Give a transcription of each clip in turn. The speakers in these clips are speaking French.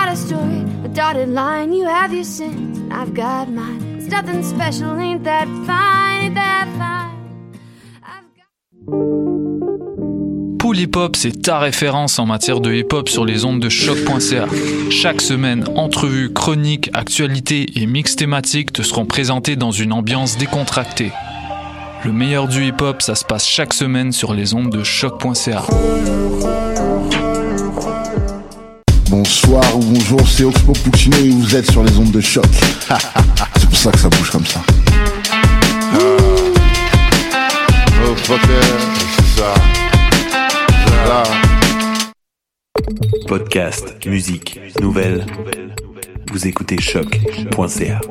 a story, a dotted line. You have your sins, and I've got mine. It's nothing special, ain't that fine, ain't that fine. Pool Hip Hop, c'est ta référence en matière de hip-hop sur les ondes de choc.ca. Chaque semaine, entrevues, chroniques, actualités et mix thématiques te seront présentés dans une ambiance décontractée. Le meilleur du hip-hop, ça se passe chaque semaine sur les ondes de choc.ca. Bonsoir ou bonjour, c'est Oxpo Puccino et vous êtes sur les ondes de choc. C'est pour ça que ça bouge comme ça. Oh fucker, c'est ça. Podcast, musique, nouvelles. Vous écoutez choc.ca.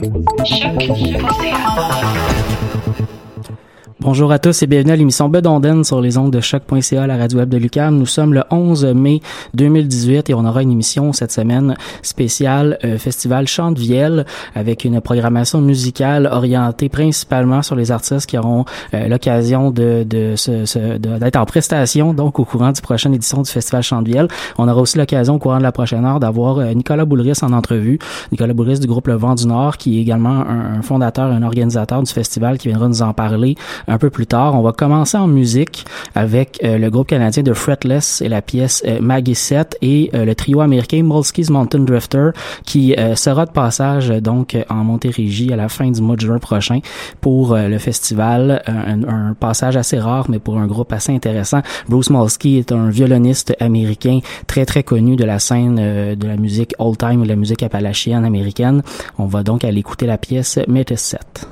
Bonjour à tous et bienvenue à l'émission Bedonden sur les ondes de choc.ca, la radio web de l'UQAM. Nous sommes le 11 mai 2018 et on aura une émission cette semaine spéciale Festival Chant de Vielle avec une programmation musicale orientée principalement sur les artistes qui auront l'occasion d'être en prestation donc au courant du prochaine édition du Festival Chant de Vielle. On aura aussi l'occasion au courant de la prochaine heure d'avoir Nicolas Boulris en entrevue. Nicolas Boulris du groupe Le Vent du Nord qui est également un fondateur, un organisateur du festival qui viendra nous en parler un peu plus tard. On va commencer en musique avec le groupe canadien de Fretless et la pièce Maggie 7 et le trio américain Molsky's Mountain Drifter qui sera de passage donc en Montérégie à la fin du mois de juin prochain pour le festival. Un passage assez rare mais pour un groupe assez intéressant. Bruce Molsky est un violoniste américain très très connu de la scène de la musique old time ou de la musique appalachienne américaine. On va donc aller écouter la pièce Maggie 7.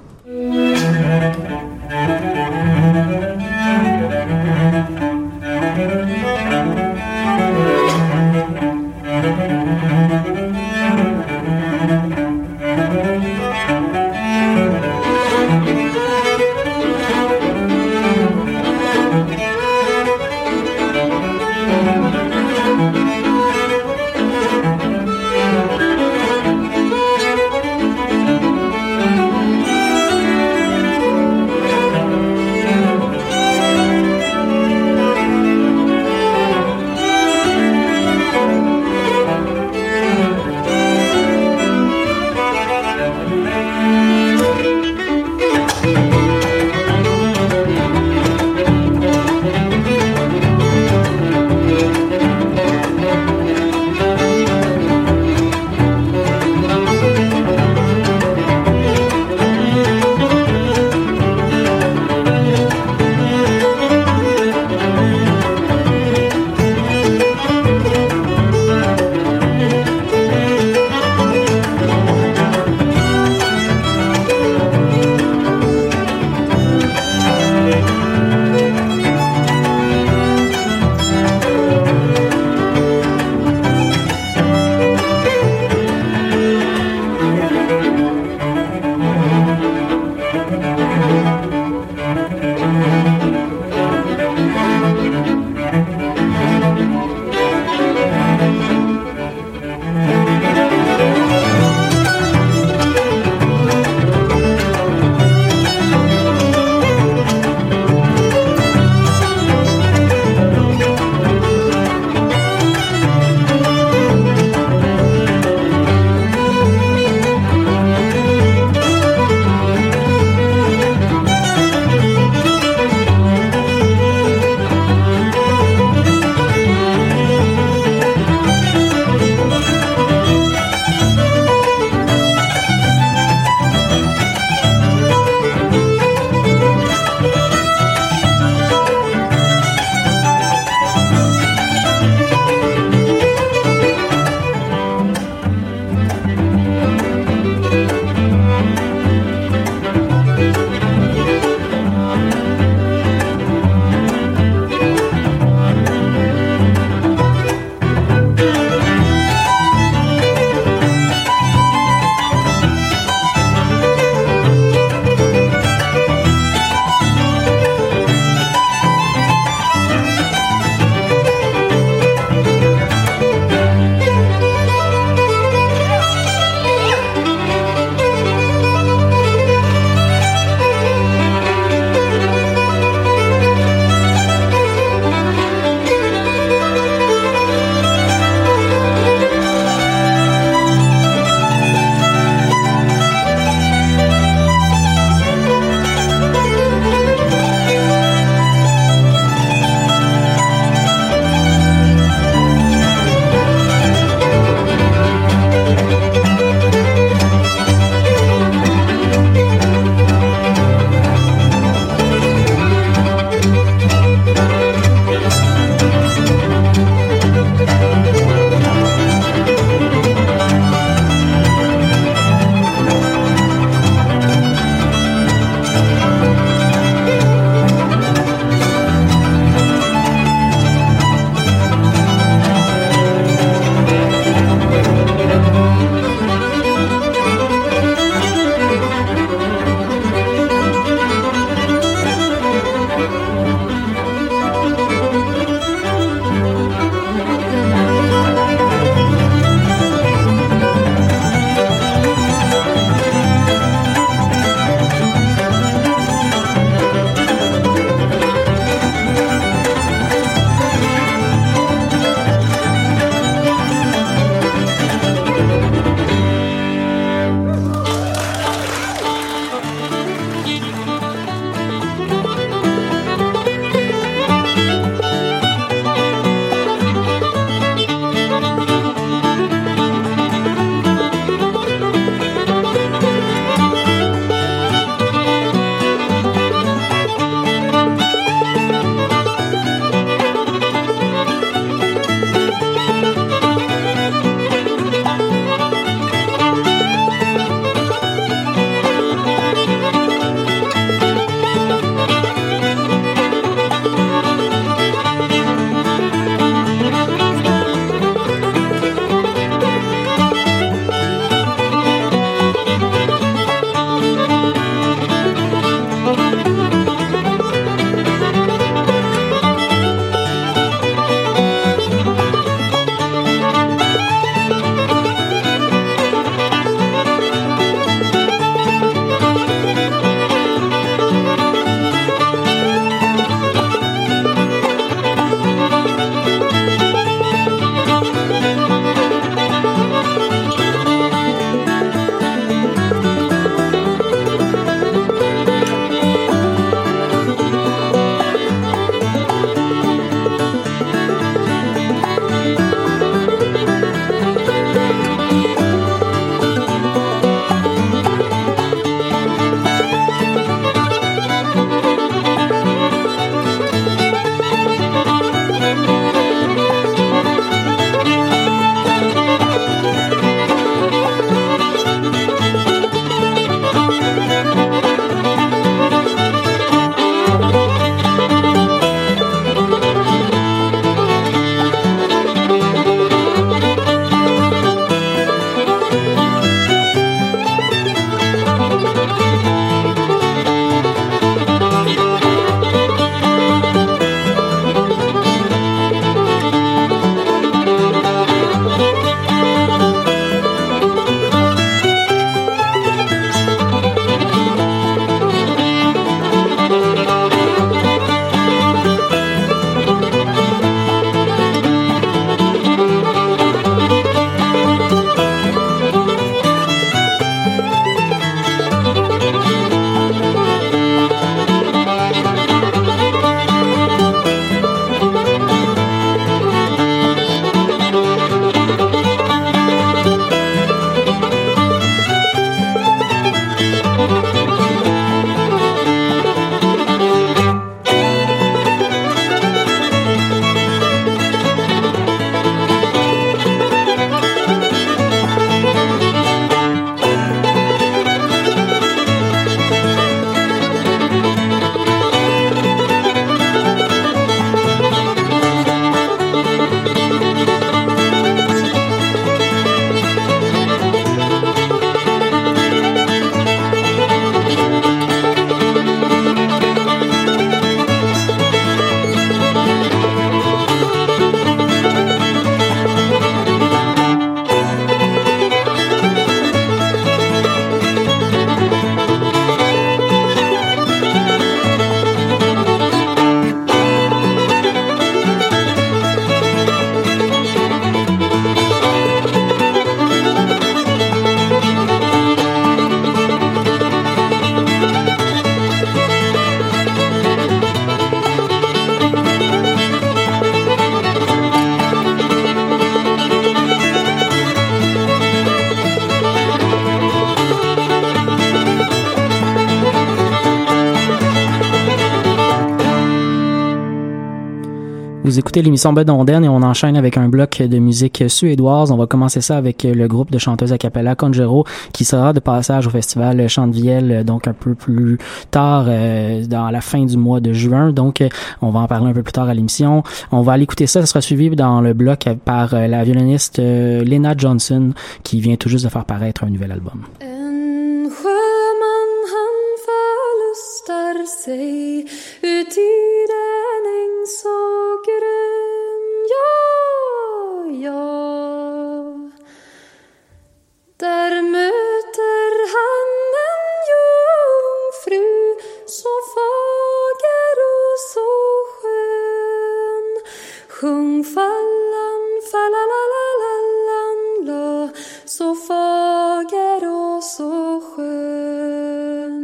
Vous écoutez l'émission Bedonden et on enchaîne avec un bloc de musique suédoise. On va commencer ça avec le groupe de chanteuses a cappella Conjero qui sera de passage au festival Chant de Vielle, donc un peu plus tard dans la fin du mois de juin. Donc on va en parler un peu plus tard à l'émission. On va aller écouter ça. Ça sera suivi dans le bloc par la violoniste Lena Johnson qui vient tout juste de faire paraître un nouvel album. En sjöman han förlustar sig ut i den äng så grön, ja, ja. Där möter han en jungfru så fager och så skön. Sjung fallan, fallalalalan, la, så fager och så skön.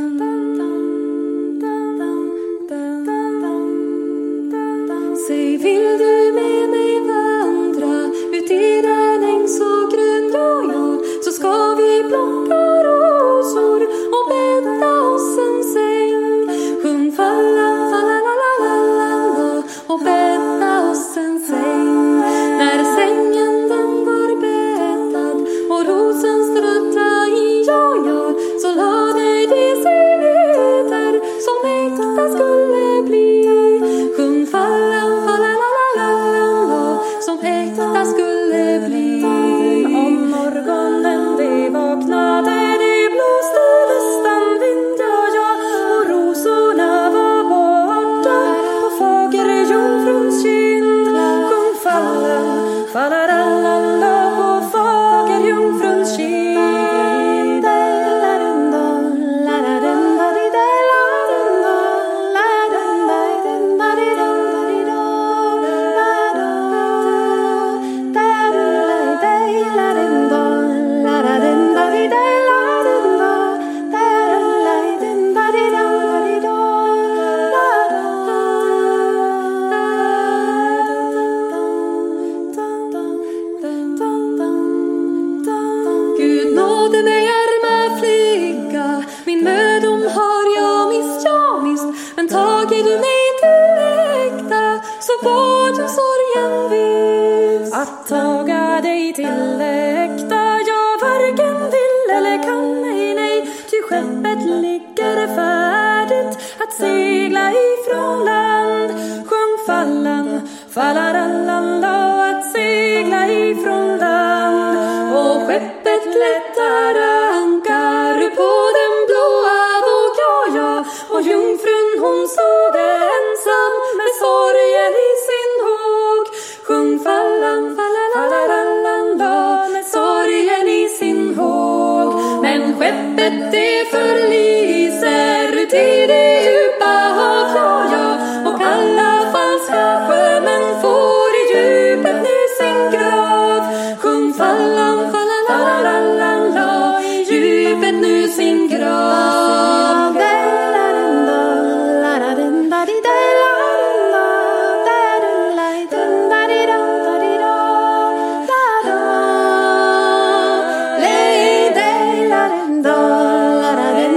Säg, vill du med mig vandra ut i den äng så grön, ja, ja, så ska vi plocka rosor och bädda oss en säng. Sjung fallan, fallalalalan, och bädda oss en säng. När sängen den var bäddad och rosen strötta i, ja, ja, så lade de sig där som äkta skulle bli. Sjung fallan, fallalalalan, som äkta skulle bli. Om morgonen de vaknade, det blåste nästan vind, ja, ja, och rosorna var borta på fager jungfruns kind. Sjung fallan, fallalalalan, på fager jungfruns kind. Gud nåde mig arma flicka, min mödom har jag mist, men tager du mig till äkta, så går den sorgen vis. Att taga dig till äkta, jag varken vill eller kan, nej, ty skeppet ligger färdigt att segla ifrån land. Sjung fallan, fallaralala, att segla ifrån land. Och skeppet lättar ankar på den blåa våg, ja, ja, och jungfrun hon stod ensam med sorgen i sin håg. Sjung fallan, fallaralala, med sorgen i sin håg. Men skeppet det förliser ut i det djupa hav, ja, ja, och alla falska sjömän får i djupet nu sin grav. Sjung fallan, fallalalalan, i djupet nu sin grav. La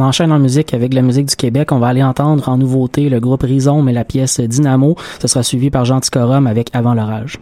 enchaîne en musique avec la musique du Québec. On va aller entendre en nouveauté le groupe Rhizome et la pièce Dynamo. Ce sera suivi par Jean Ticorum avec Avant l'orage.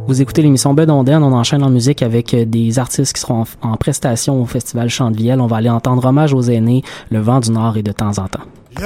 Vous écoutez l'émission Bedonden, on enchaîne en musique avec des artistes qui seront en prestation au Festival Chant de Vielle. On va aller entendre Hommage aux aînés, Le Vent du Nord et De temps en temps.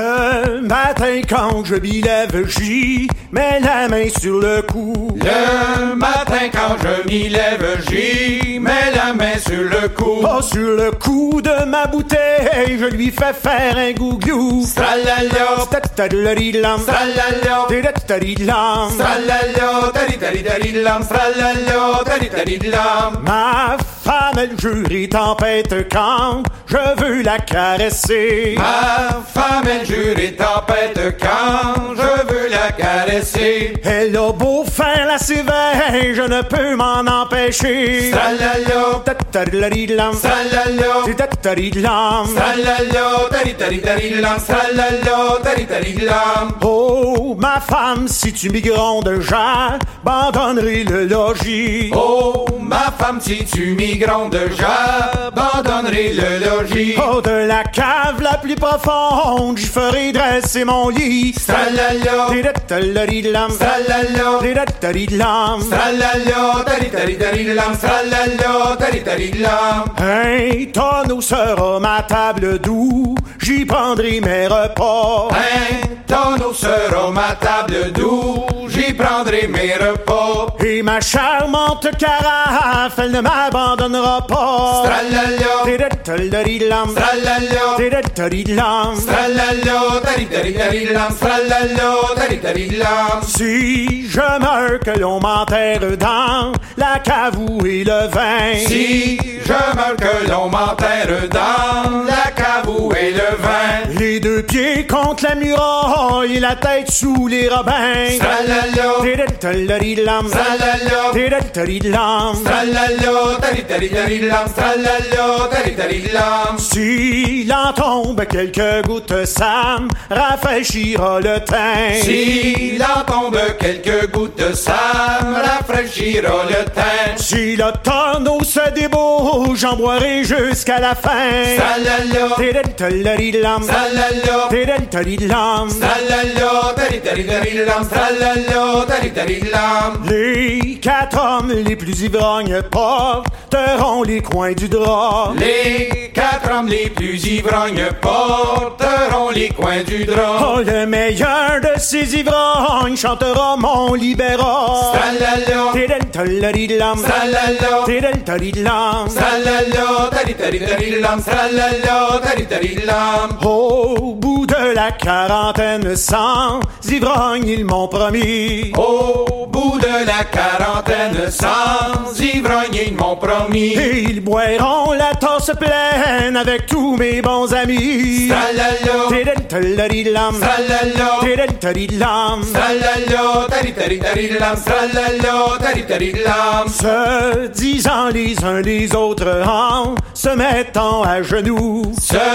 Le matin quand je m'y lève, j'y mets la main sur le cou. Le matin quand je m'y lève, j'y mets la main sur le cou. Oh, sur le cou de ma bouteille, je lui fais faire un gouglou. Stralala, ta-ta-da-di-lam, stralala, ta-da-da-di-lam, stralala, tari-tari-tari-lam, stralala, tari-tari-lam. Ma femme, elle jurit tempête quand je veux la caresser. Ma femme, elle jure et tempête quand je veux la caresser. Elle a beau faire la sévère, je ne peux m'en empêcher. Stralala, ta-ta-da-di-lam, stralala, ta-ta-da-di-lam. stralala, tari-tari-tari-lam, stralala, tari-tari-lam. Oh, ma femme, si tu m'y grondes, j'abandonnerai le logis. Oh, ma femme, si tu m'y grondes, j'abandonnerai le logis. Oh, de la cave la plus profonde, j'y ferai dresser mon lit. Stralala, Ti-da-ta-la-di-lam, stralala, ti-da-ta-di-lam. stralala, tari-tari-tari-lam, stralala, tari-tari-lam. Un tonneau sera ma table d'où j'y prendrai mes repas. Un tonneau sera ma table d'où j'y prendrai mes repas. Et ma charmante carafe, elle ne m'abandonnera pas. Stralala, Ti-da-ta-la-di-lam, stralala, ti-da-ta-di-lam. stralala, tari-tari-tari-lam, stralala, tari-tari-lam. Si je meurs, que l'on m'enterre dans la cave où est le vin. Si je meurs, que l'on m'enterre dans la cave où est le vin. Les deux pieds contre la muraille et la tête sous les robins. Stralala, Ti-da-ta-la-di-lam, stralala, ti-da-ta-di-lam. stralala, tari-tari-tari-lam, stralala, tari-tari-lam. S'il en tombe quelques gouttes, ça me rafraîchira le teint. S'il en tombe quelques gouttes, ça me rafraîchira le teint. Si le tonneau se débouche, j'en boirai jusqu'à la fin. Stralala, Ti-da-ta-la-di-lam, stralala, ti-da-ta-di-lam. stralala, tari-tari-tari-lam, stralala, tari-tari-lam. Les 4 hommes les plus ivrognes porteront les coins du drap. Les 4 hommes les plus ivrognes porteront les coins du drap. Oh, le meilleur de ces ivrognes chantera mon libéra. Stralala, Ti-da-ta-la-di-lam, stralala, ti-da-ta-di-lam. stralala, tari-tari-tari-lam, stralala, tari-tari-lam. Au bout de la quarantaine, sans ivrognes ils m'ont promis. Au bout de la quarantaine, sans ivrogne, ils m'ont promis. Et ils boiront la tasse pleine avec tous mes bons amis. Stralala, Ti-da-ta-la-di-lam, stralala, ti-da-ta-di-lam. stralala, tari-tari-tari-lam, stralala, tari-tari-lam. Se disant les uns les autres en se mettant à genoux.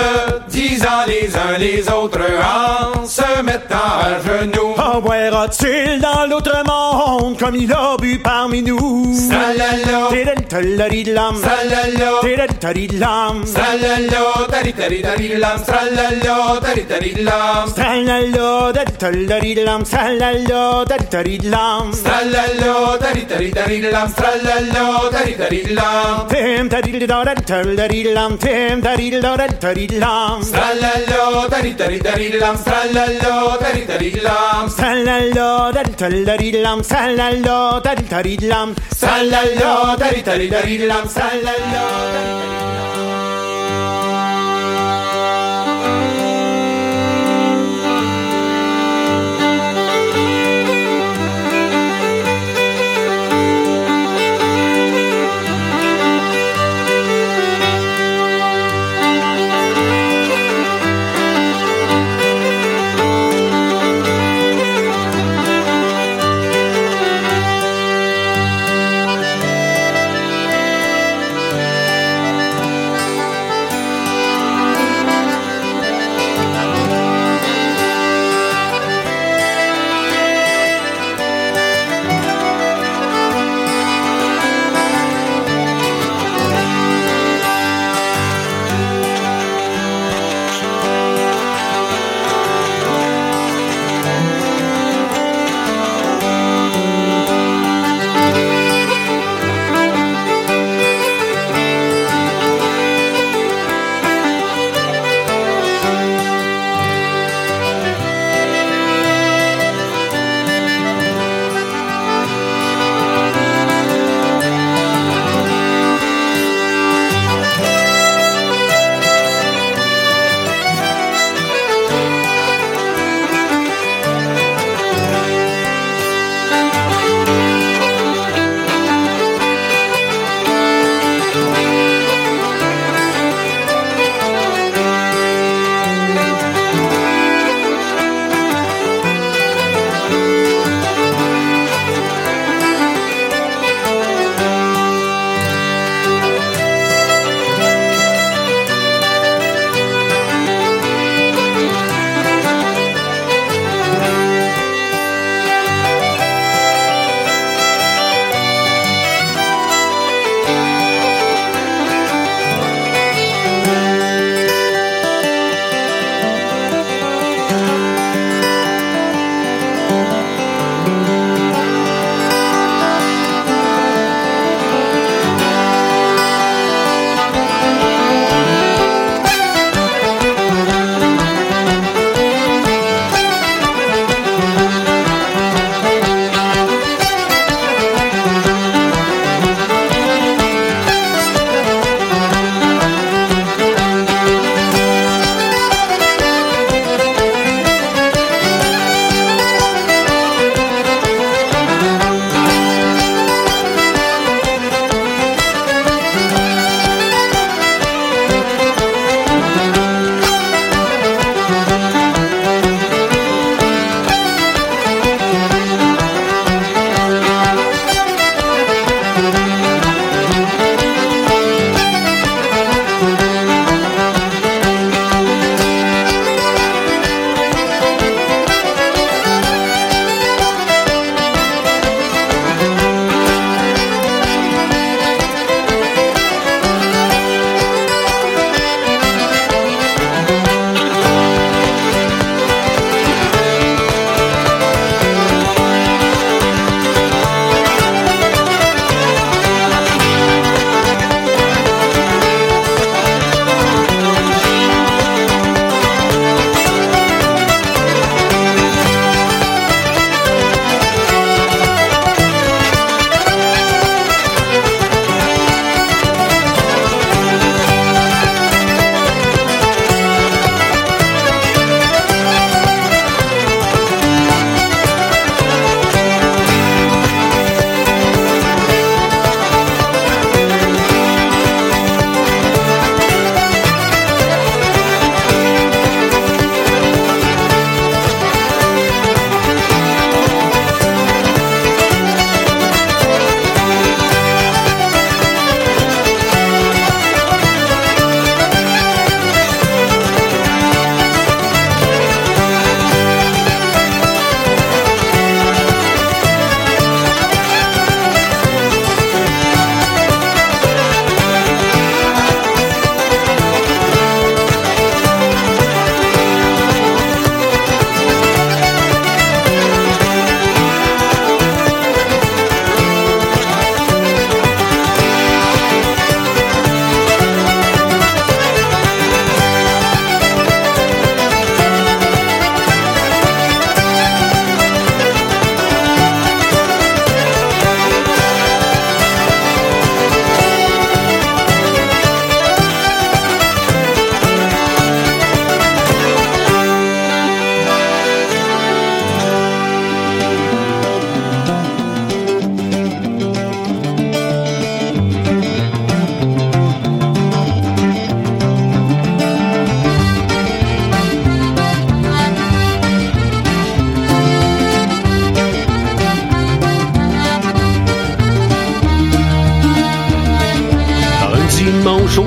Se disant les uns les autres en se mettant à genoux. En boira-t-il dans l'autre monde comme il a bu parmi nous? Stralala, Ti-da-ta-la-di-lam, stralala, ti-da-ta-di-lam. stralala, tari-tari-tari-lam, stralala, tari-tari-lam. Stralala, da-da-da-di-lam, stralala, da-da-da-di-lam. Stralala, tari-tari-tari-lam, stralala, tari-tari-lam. Tim da-di-da-da-da-da-di-lam, tim da-di-da-da-da-di-lam. Stralala, tari-tari-tari-lam, stralala, tari-tari-lam. Stralala, da-da-da-di-lam, stralala, da-da-da-di-lam. Stralala, tari-tari-tari-lam, stralala, tari-tari-lam.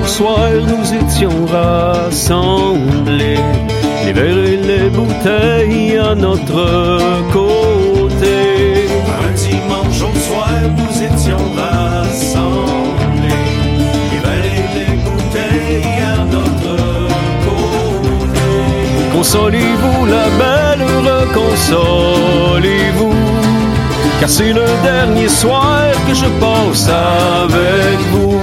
au soir, nous étions rassemblés, les verres et les bouteilles à notre côté. Un dimanche au soir, nous étions rassemblés, les verres et les bouteilles à notre côté. Consolez-vous, la belle, reconsolez-vous, car c'est le dernier soir que je passe avec vous.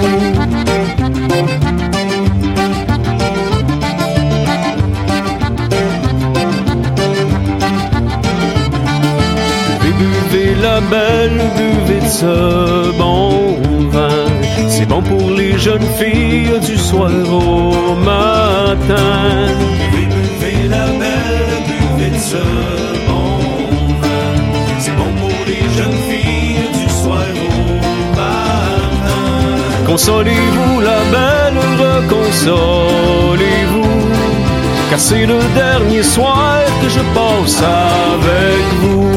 Buvez la belle, buvez de ce bon vin, c'est bon pour les jeunes filles du soir au matin. Buvez la belle, buvez de ce bon vin, c'est bon pour les jeunes filles du soir au matin. Consolez-vous, la belle, reconsolez-vous, car c'est le dernier soir que je passe avec vous.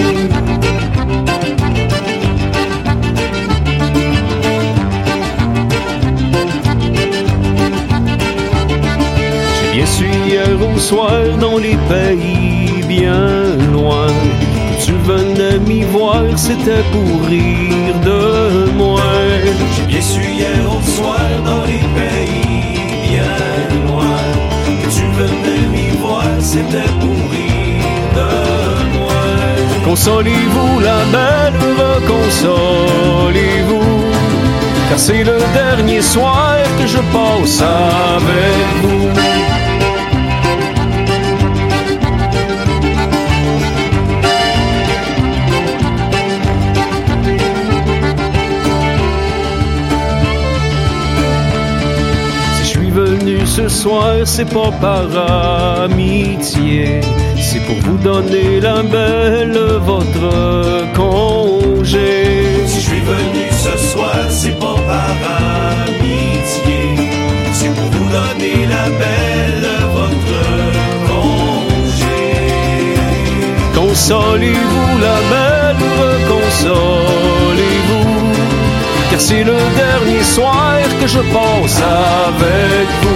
J'ai bien su hier au soir dans les pays bien loin, tu venais m'y voir, c'était pour rire de moi. J'ai bien su hier au soir dans les pays bien loin, que tu venais m'y voir, c'était pour rire de moi. Consolez-vous, la belle, reconsolez-vous, car c'est le dernier soir que je passe avec vous. Ce soir, c'est pas par amitié, c'est pour vous donner la belle votre congé. Si je suis venu ce soir, c'est pas par amitié, c'est pour vous donner la belle votre congé. Consolez-vous, la belle, reconsolez-vous, car c'est le dernier soir que je passe avec vous.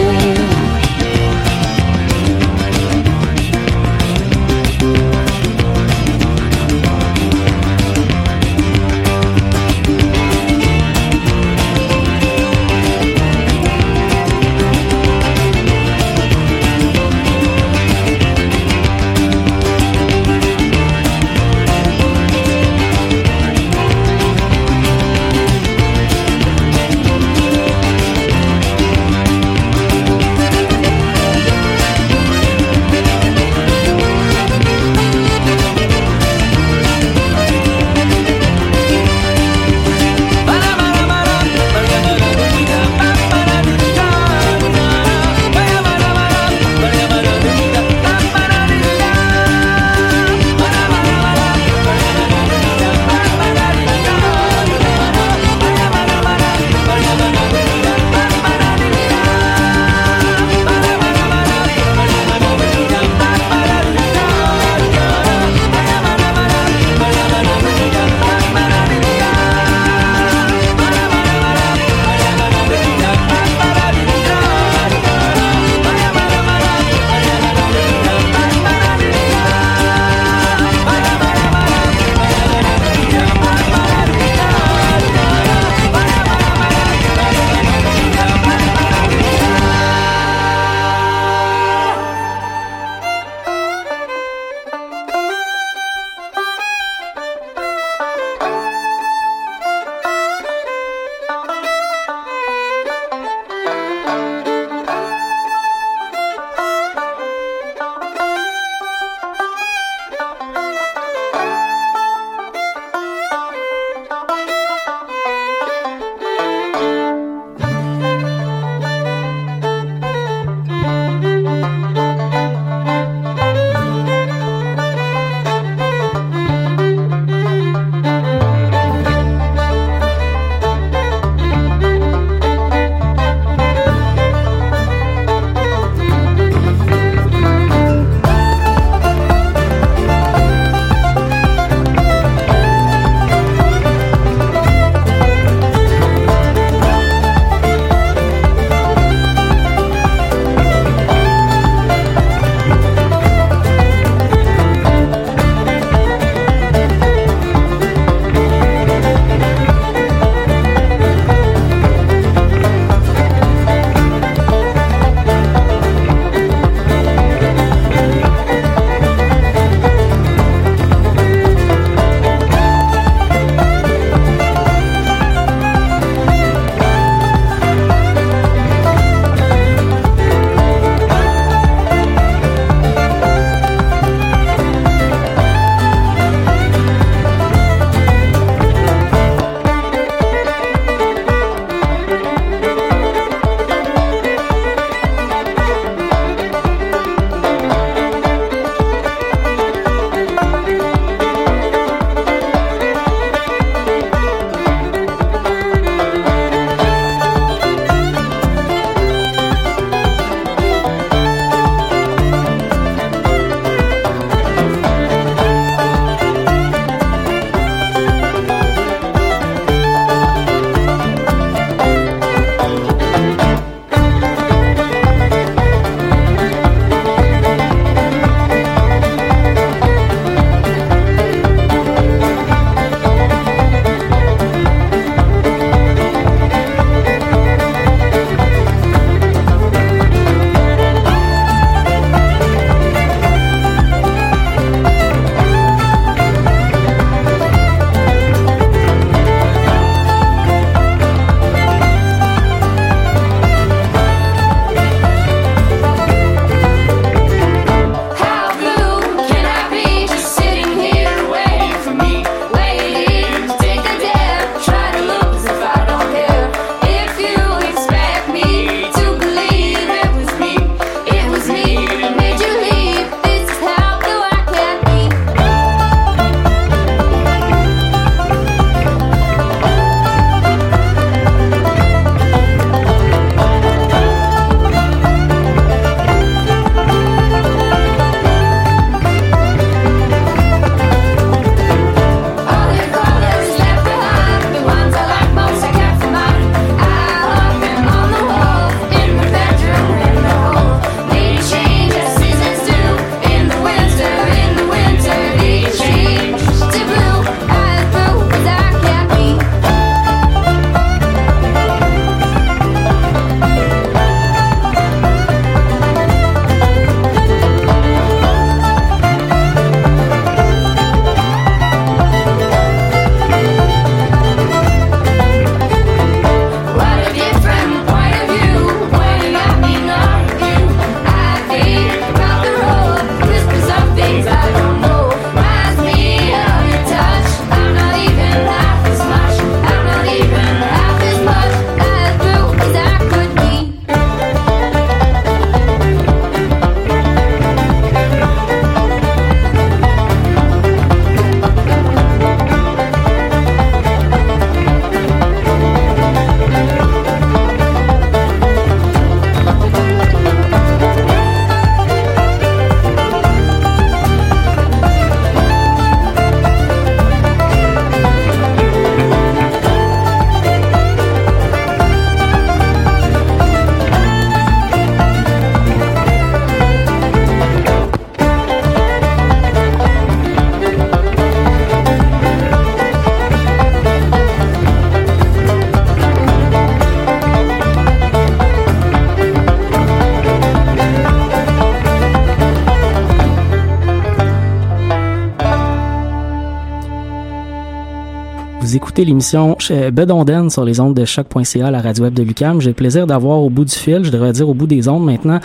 Vous écoutez l'émission Bedonden sur les ondes de choc.ca, la radio web de l'UQAM. J'ai le plaisir d'avoir au bout du fil, je devrais dire au bout des ondes maintenant,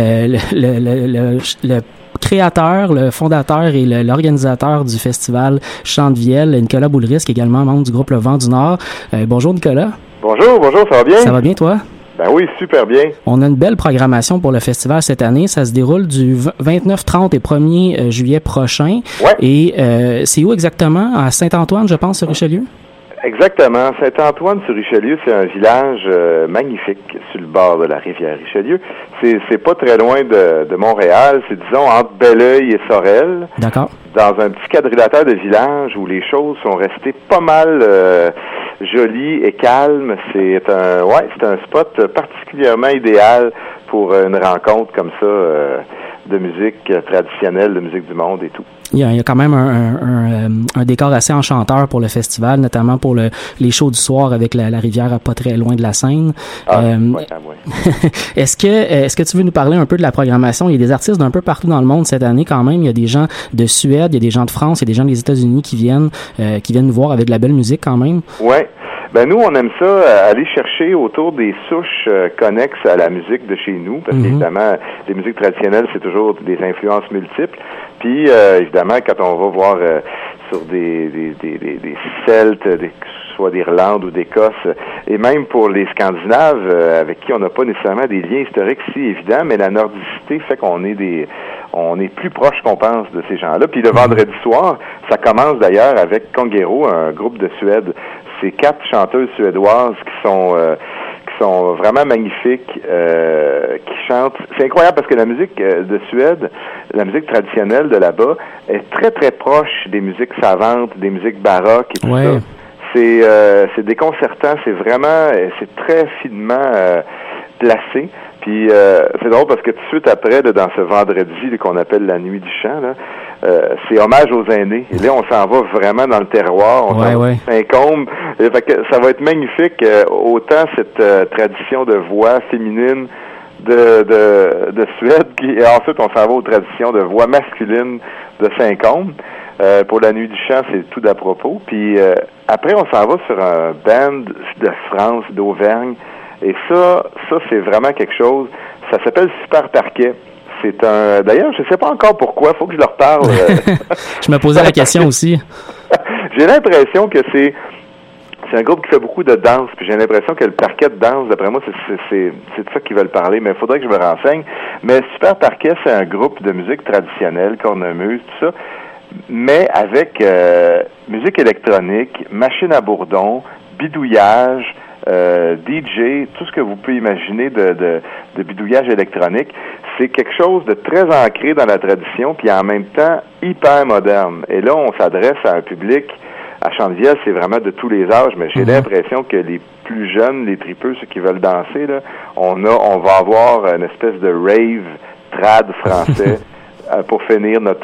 le créateur, le fondateur et l'organisateur du festival Chants de Vielle, Nicolas Boulris, qui est également membre du groupe Le Vent du Nord. Bonjour Nicolas. Bonjour, ça va bien? Ça va bien toi? Ben oui, super bien. On a une belle programmation pour le festival cette année. Ça se déroule du 29, 30 et 1er juillet prochain. Ouais. Et c'est où exactement? À Saint-Antoine, je pense, sur Richelieu? Exactement. Saint-Antoine-sur-Richelieu, c'est un village magnifique sur le bord de la rivière Richelieu. C'est pas très loin de Montréal. C'est, disons, entre Belleuil et Sorel. D'accord. Dans un petit quadrilatère de village où les choses sont restées pas mal jolies et calmes. C'est un spot particulièrement idéal pour une rencontre comme ça de musique traditionnelle, de musique du monde et tout. Il y a quand même un décor assez enchanteur pour le festival, notamment pour les shows du soir avec la rivière pas très loin de la Seine. Ouais. Est-ce que tu veux nous parler un peu de la programmation? Il y a des artistes d'un peu partout dans le monde cette année quand même. Il y a des gens de Suède, il y a des gens de France, il y a des gens des États-Unis qui viennent nous voir avec de la belle musique quand même. Ouais. Ben nous, on aime ça, aller chercher autour des souches connexes à la musique de chez nous, parce qu'évidemment, les musiques traditionnelles, c'est toujours des influences multiples. Puis, évidemment, quand on va voir sur des Celtes, soit d'Irlande ou d'Écosse, et même pour les Scandinaves, avec qui on n'a pas nécessairement des liens historiques si évidents, mais la nordicité fait qu'on est plus proche qu'on pense de ces gens-là. Puis le vendredi soir, ça commence d'ailleurs avec Kongero, un groupe de Suède. C'est 4 chanteuses suédoises qui sont vraiment magnifiques, qui chantent. C'est incroyable parce que la musique de Suède, la musique traditionnelle de là-bas, est très très proche des musiques savantes, des musiques baroques et tout ça. C'est déconcertant, c'est très finement placé. Puis c'est drôle parce que tout de suite après, là, dans ce vendredi qu'on appelle la nuit du chant, là, c'est hommage aux aînés. Et là, on s'en va vraiment dans le terroir, on s'en va à Saint-Côme. Fait que ça va être magnifique, autant cette tradition de voix féminine de Suède, et ensuite on s'en va aux traditions de voix masculine de Saint-Côme. Pour la nuit du chant, c'est tout d'à propos. Puis après, on s'en va sur un band de France, d'Auvergne. Et ça c'est vraiment quelque chose. Ça s'appelle Super Parquet. C'est un. D'ailleurs, je sais pas encore pourquoi. Faut que je leur parle. Je me posais la question aussi. J'ai l'impression que c'est un groupe qui fait beaucoup de danse. Puis j'ai l'impression que le parquet de danse, d'après moi, c'est de ça qu'ils veulent parler. Mais il faudrait que je me renseigne. Mais Super Parquet, c'est un groupe de musique traditionnelle, cornemuse, tout ça, mais avec musique électronique, machine à bourdon, bidouillage. DJ, tout ce que vous pouvez imaginer de bidouillage électronique, c'est quelque chose de très ancré dans la tradition, puis en même temps hyper moderne. Et là, on s'adresse à un public, à Chants de Vielle, c'est vraiment de tous les âges, mais j'ai l'impression que les plus jeunes, les tripeux, ceux qui veulent danser, là, on va avoir une espèce de rave trad français pour finir notre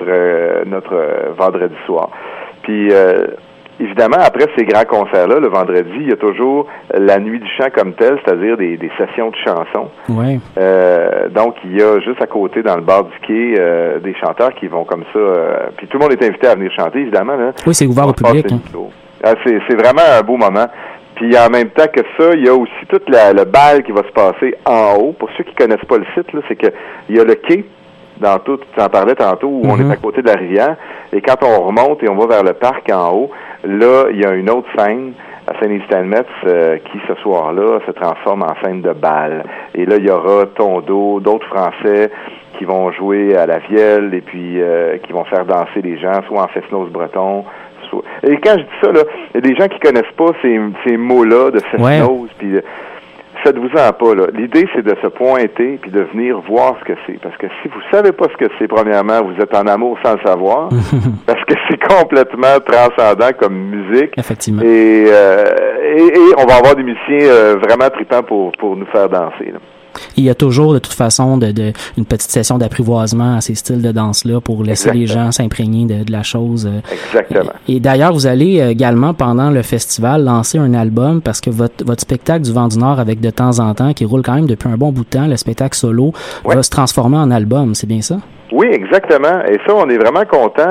vendredi soir. Puis évidemment, après ces grands concerts-là, le vendredi, il y a toujours la nuit du chant comme telle, c'est-à-dire des sessions de chansons. Ouais. Donc, il y a juste à côté, dans le bar du quai, des chanteurs qui vont comme ça. Puis tout le monde est invité à venir chanter, évidemment. Là. Oui, c'est ouvert au public. Hein. C'est vraiment un beau moment. Puis en même temps que ça, il y a aussi tout le bal qui va se passer en haut. Pour ceux qui connaissent pas le site, là, c'est que il y a le quai. Dans tout, tu en parlais tantôt, où on est à côté de la rivière, et quand on remonte et on va vers le parc en haut, là, il y a une autre scène à Saint-Yves-Steinmetz qui, ce soir-là, se transforme en scène de bal. Et là, il y aura Tondo, d'autres Français qui vont jouer à la vielle et puis qui vont faire danser les gens, soit en fest-noz breton. Et quand je dis ça, là, il y a des gens qui connaissent pas ces mots-là de fest-noz, puis faites-vous-en pas, là. L'idée, c'est de se pointer puis de venir voir ce que c'est. Parce que si vous savez pas ce que c'est, premièrement, vous êtes en amour sans le savoir. Parce que c'est complètement transcendant comme musique. Effectivement. Et on va avoir des musiciens vraiment tripants pour nous faire danser, là. Il y a toujours, de toute façon, une petite session d'apprivoisement à ces styles de danse-là pour laisser les gens s'imprégner de la chose. Exactement. Et d'ailleurs, vous allez également, pendant le festival, lancer un album parce que votre spectacle du Vent du Nord avec De temps en temps, qui roule quand même depuis un bon bout de temps, le spectacle solo, va se transformer en album, c'est bien ça? Oui, exactement. Et ça, on est vraiment content.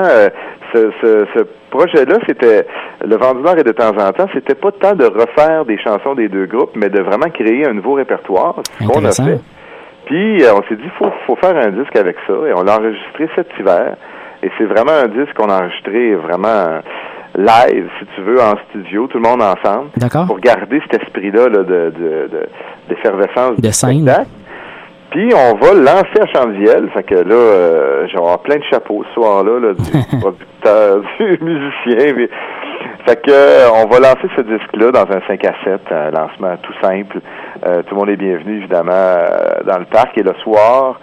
Ce projet-là, c'était Le Vent du Nord et De temps en temps, c'était pas tant de refaire des chansons des deux groupes, mais de vraiment créer un nouveau répertoire, ce qu'on a fait. Puis, on s'est dit, faut faire un disque avec ça, et on l'a enregistré cet hiver. Et c'est vraiment un disque qu'on a enregistré vraiment live, si tu veux, en studio, tout le monde ensemble. D'accord. Pour garder cet esprit-là là, d'effervescence de scène. Spectacle. Puis on va le lancer à Champ-de-Viel, fait que là, je vais avoir plein de chapeaux ce soir-là, là, du producteur, du musicien. Mais... Fait que on va lancer ce disque-là dans un 5 à 7, un lancement tout simple. Tout le monde est bienvenu, évidemment, dans le parc. Et le soir,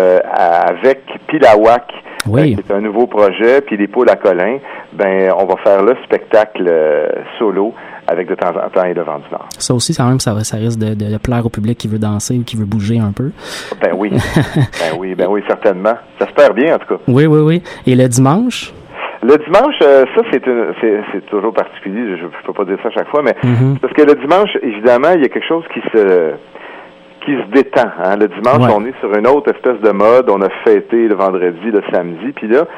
avec Pilawak, qui est un nouveau projet, puis les Poules à Colin, ben on va faire le spectacle solo avec De temps en temps et Le Vent du Nord. Ça aussi, quand même, ça risque de plaire au public qui veut danser ou qui veut bouger un peu. Ben oui. ben oui, certainement. Ça se perd bien, en tout cas. Oui. Et le dimanche? Le dimanche, ça, c'est toujours particulier. Je peux pas dire ça à chaque fois, mais parce que le dimanche, évidemment, il y a quelque chose qui se détend. Hein? Le dimanche, on est sur une autre espèce de mode. On a fêté le vendredi, le samedi, puis là,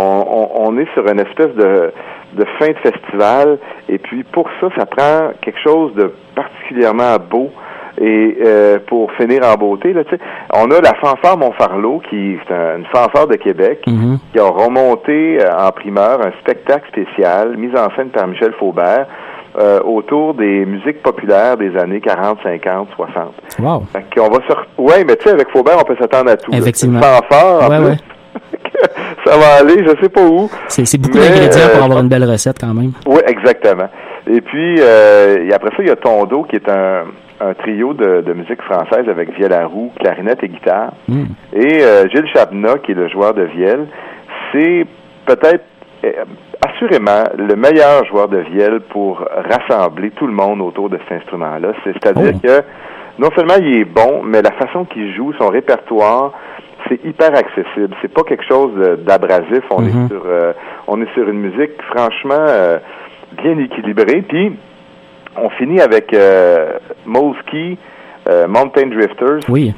on est sur une espèce de fin de festival. Et puis, pour ça, ça prend quelque chose de particulièrement beau. Et pour finir en beauté, là, tu sais, on a la fanfare Montfarlot, qui est une fanfare de Québec, qui a remonté en primeur un spectacle spécial mis en scène par Michel Faubert autour des musiques populaires des années 40, 50, 60. Wow. Fait qu'on va ouais, mais tu sais, avec Faubert, on peut s'attendre à tout. Effectivement. Une fanfare, en plus. Ça va aller, je sais pas où. C'est beaucoup d'ingrédients pour avoir une belle recette, quand même. Oui, exactement. Et puis, après ça, il y a Tondo, qui est un trio de musique française avec vielle à roue, clarinette et guitare. Et Gilles Chapna, qui est le joueur de vielle, c'est peut-être assurément le meilleur joueur de vielle pour rassembler tout le monde autour de cet instrument-là. C'est-à-dire que non seulement il est bon, mais la façon qu'il joue, son répertoire, c'est hyper accessible. C'est pas quelque chose d'abrasif. On est sur une musique franchement bien équilibrée. Puis on finit avec Molesky, Mountain Drifters. Oui.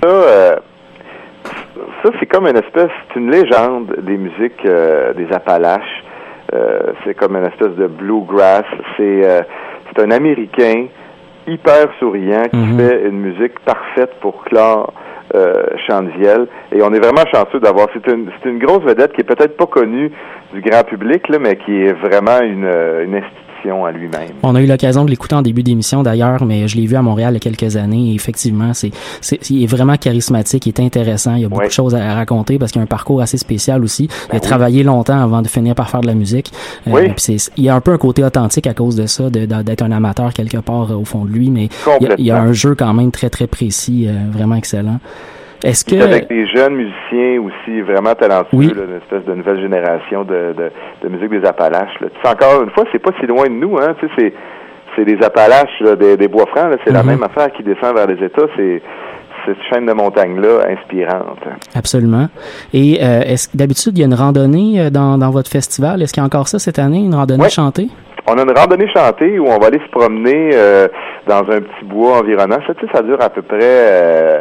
Ça, c'est comme c'est une légende des musiques des Appalaches. C'est comme une espèce de bluegrass. C'est un Américain hyper souriant qui fait une musique parfaite pour clore Champ-de-Viel. Et on est vraiment chanceux d'avoir. C'est une grosse vedette qui est peut-être pas connue du grand public, là, mais qui est vraiment une institution à lui-même. On a eu l'occasion de l'écouter en début d'émission d'ailleurs, mais je l'ai vu à Montréal il y a quelques années. Et effectivement, il est vraiment charismatique, il est intéressant. Il y a beaucoup de choses à raconter parce qu'il a un parcours assez spécial aussi. Il a travaillé longtemps avant de finir par faire de la musique. Puis il y a un peu un côté authentique à cause de ça, d'être un amateur quelque part au fond de lui, mais il y a un jeu quand même très très précis, vraiment excellent. Est-ce que avec des jeunes musiciens aussi vraiment talentueux, là, une espèce de nouvelle génération de musique des Appalaches. Là. Tu sais, encore une fois, c'est pas si loin de nous, hein. Tu sais, c'est des Appalaches, là, des Bois-Francs. Là, c'est la même affaire qui descend vers les États. C'est cette chaîne de montagne-là inspirante. Absolument. Et est-ce que d'habitude il y a une randonnée dans votre festival? Est-ce qu'il y a encore ça cette année, une randonnée chantée? On a une randonnée chantée où on va aller se promener dans un petit bois environnant. Ça, tu sais, ça dure à peu près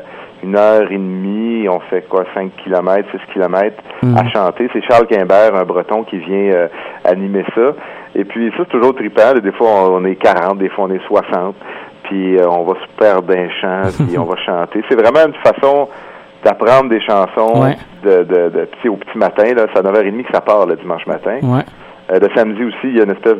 1h30, on fait 5 km, 6 km à chanter. C'est Charles Quimbert, un Breton, qui vient animer ça. Et puis ça, c'est toujours trippant. Des fois, on est 40, des fois, on est 60. Puis on va se perdre d'un chant, puis on va chanter. C'est vraiment une façon d'apprendre des chansons au petit matin. Là, c'est à 9h30 que ça part le dimanche matin. Le samedi aussi, il y a une espèce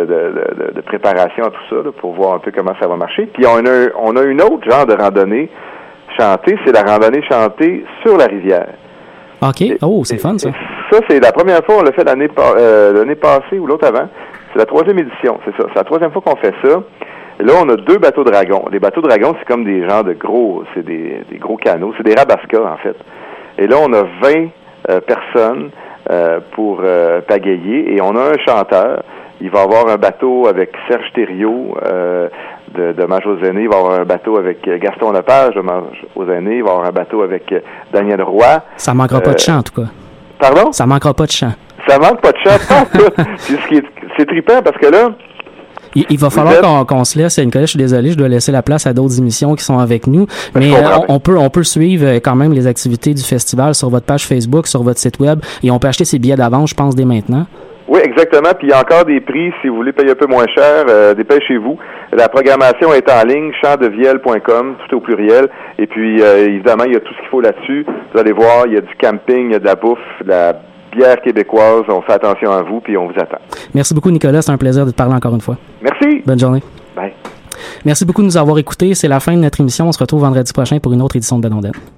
de préparation à tout ça là, pour voir un peu comment ça va marcher. Puis on a une autre genre de randonnée chantée, c'est la randonnée chantée sur la rivière. OK. C'est fun, ça. Ça, c'est la première fois, on l'a fait l'année passée ou l'autre avant. C'est la 3e édition, c'est ça. C'est la 3e fois qu'on fait ça. Là, on a 2 bateaux dragons. Les bateaux dragons, c'est comme des genres de gros, c'est des gros canots. C'est des rabascas, en fait. Et là, on a 20 personnes pour pagayer et on a un chanteur. Il va avoir un bateau avec Serge Thériault d'Hommage aux aînés. Il va y avoir un bateau avec Gaston Lepage, d'Hommage aux aînés. Il va y avoir un bateau avec Daniel Roy. Ça manquera pas de chant, en tout cas. Pardon? Ça manquera pas de chant. Ça manque pas de chant, pas tout. Puis c'est trippant parce que là... Il va falloir qu'on se laisse. Nicolas, je suis désolé, je dois laisser la place à d'autres émissions qui sont avec nous. Mais on peut suivre quand même les activités du festival sur votre page Facebook, sur votre site web. Et on peut acheter ses billets d'avance, je pense, dès maintenant. Oui, exactement. Puis il y a encore des prix si vous voulez payer un peu moins cher. Dépêchez-vous. La programmation est en ligne, chantdevielle.com, tout au pluriel. Et puis, évidemment, il y a tout ce qu'il faut là-dessus. Vous allez voir, il y a du camping, il y a de la bouffe, de la bière québécoise. On fait attention à vous, puis on vous attend. Merci beaucoup, Nicolas. C'est un plaisir de te parler encore une fois. Merci. Bonne journée. Bye. Merci beaucoup de nous avoir écoutés. C'est la fin de notre émission. On se retrouve vendredi prochain pour une autre édition de Bedondelle.